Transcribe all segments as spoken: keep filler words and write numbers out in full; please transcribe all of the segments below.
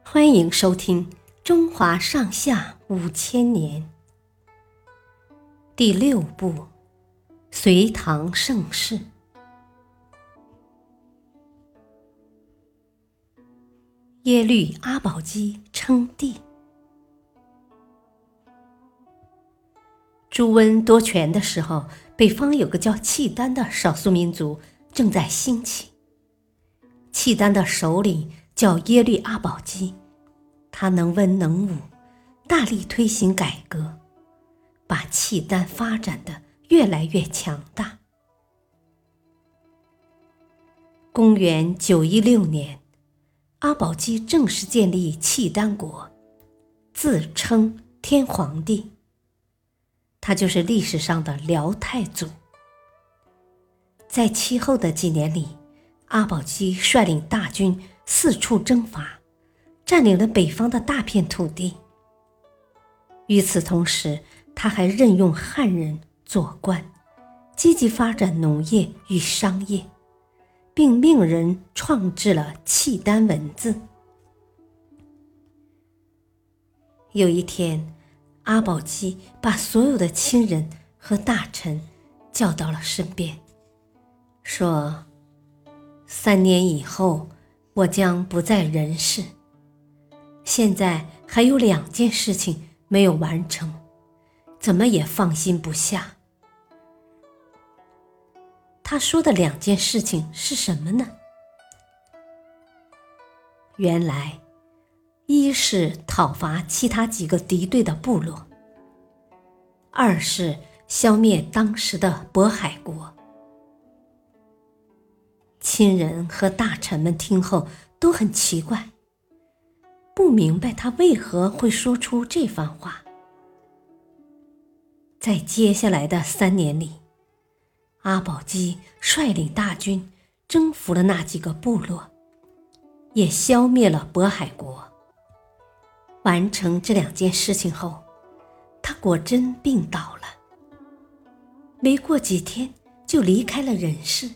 欢迎收听《中华上下五千年》第六部《隋唐盛世》。耶律阿保机称帝。朱温夺权的时候，北方有个叫契丹的少数民族正在兴起。契丹的首领叫耶律阿保机，他能文能武，大力推行改革，把契丹发展得越来越强大。公元九一六年，阿保机正式建立契丹国，自称天皇帝，他就是历史上的辽太祖。在其后的几年里，阿保机率领大军四处征伐，占领了北方的大片土地。与此同时，他还任用汉人做官，积极发展农业与商业，并命人创制了契丹文字。有一天，阿保机把所有的亲人和大臣叫到了身边，说：三年以后，我将不在人世。现在还有两件事情没有完成，怎么也放心不下。他说的两件事情是什么呢？原来，一是讨伐其他几个敌对的部落，二是消灭当时的渤海国。亲人和大臣们听后都很奇怪，不明白他为何会说出这番话。在接下来的三年里，阿保机率领大军征服了那几个部落，也消灭了渤海国。完成这两件事情后，他果真病倒了，没过几天就离开了人世。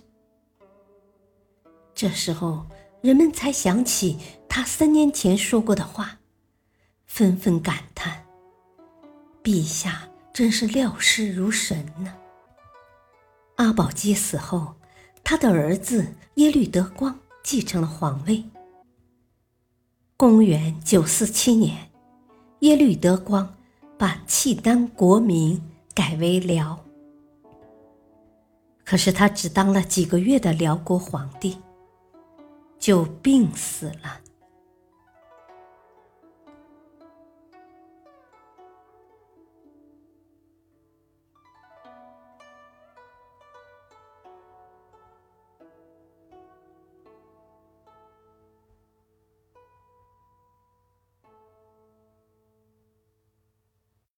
这时候，人们才想起他三年前说过的话，纷纷感叹：陛下真是料事如神呢。阿保机死后，他的儿子耶律德光继承了皇位。公元九四七年，耶律德光把契丹国名改为辽。可是他只当了几个月的辽国皇帝，就病死了。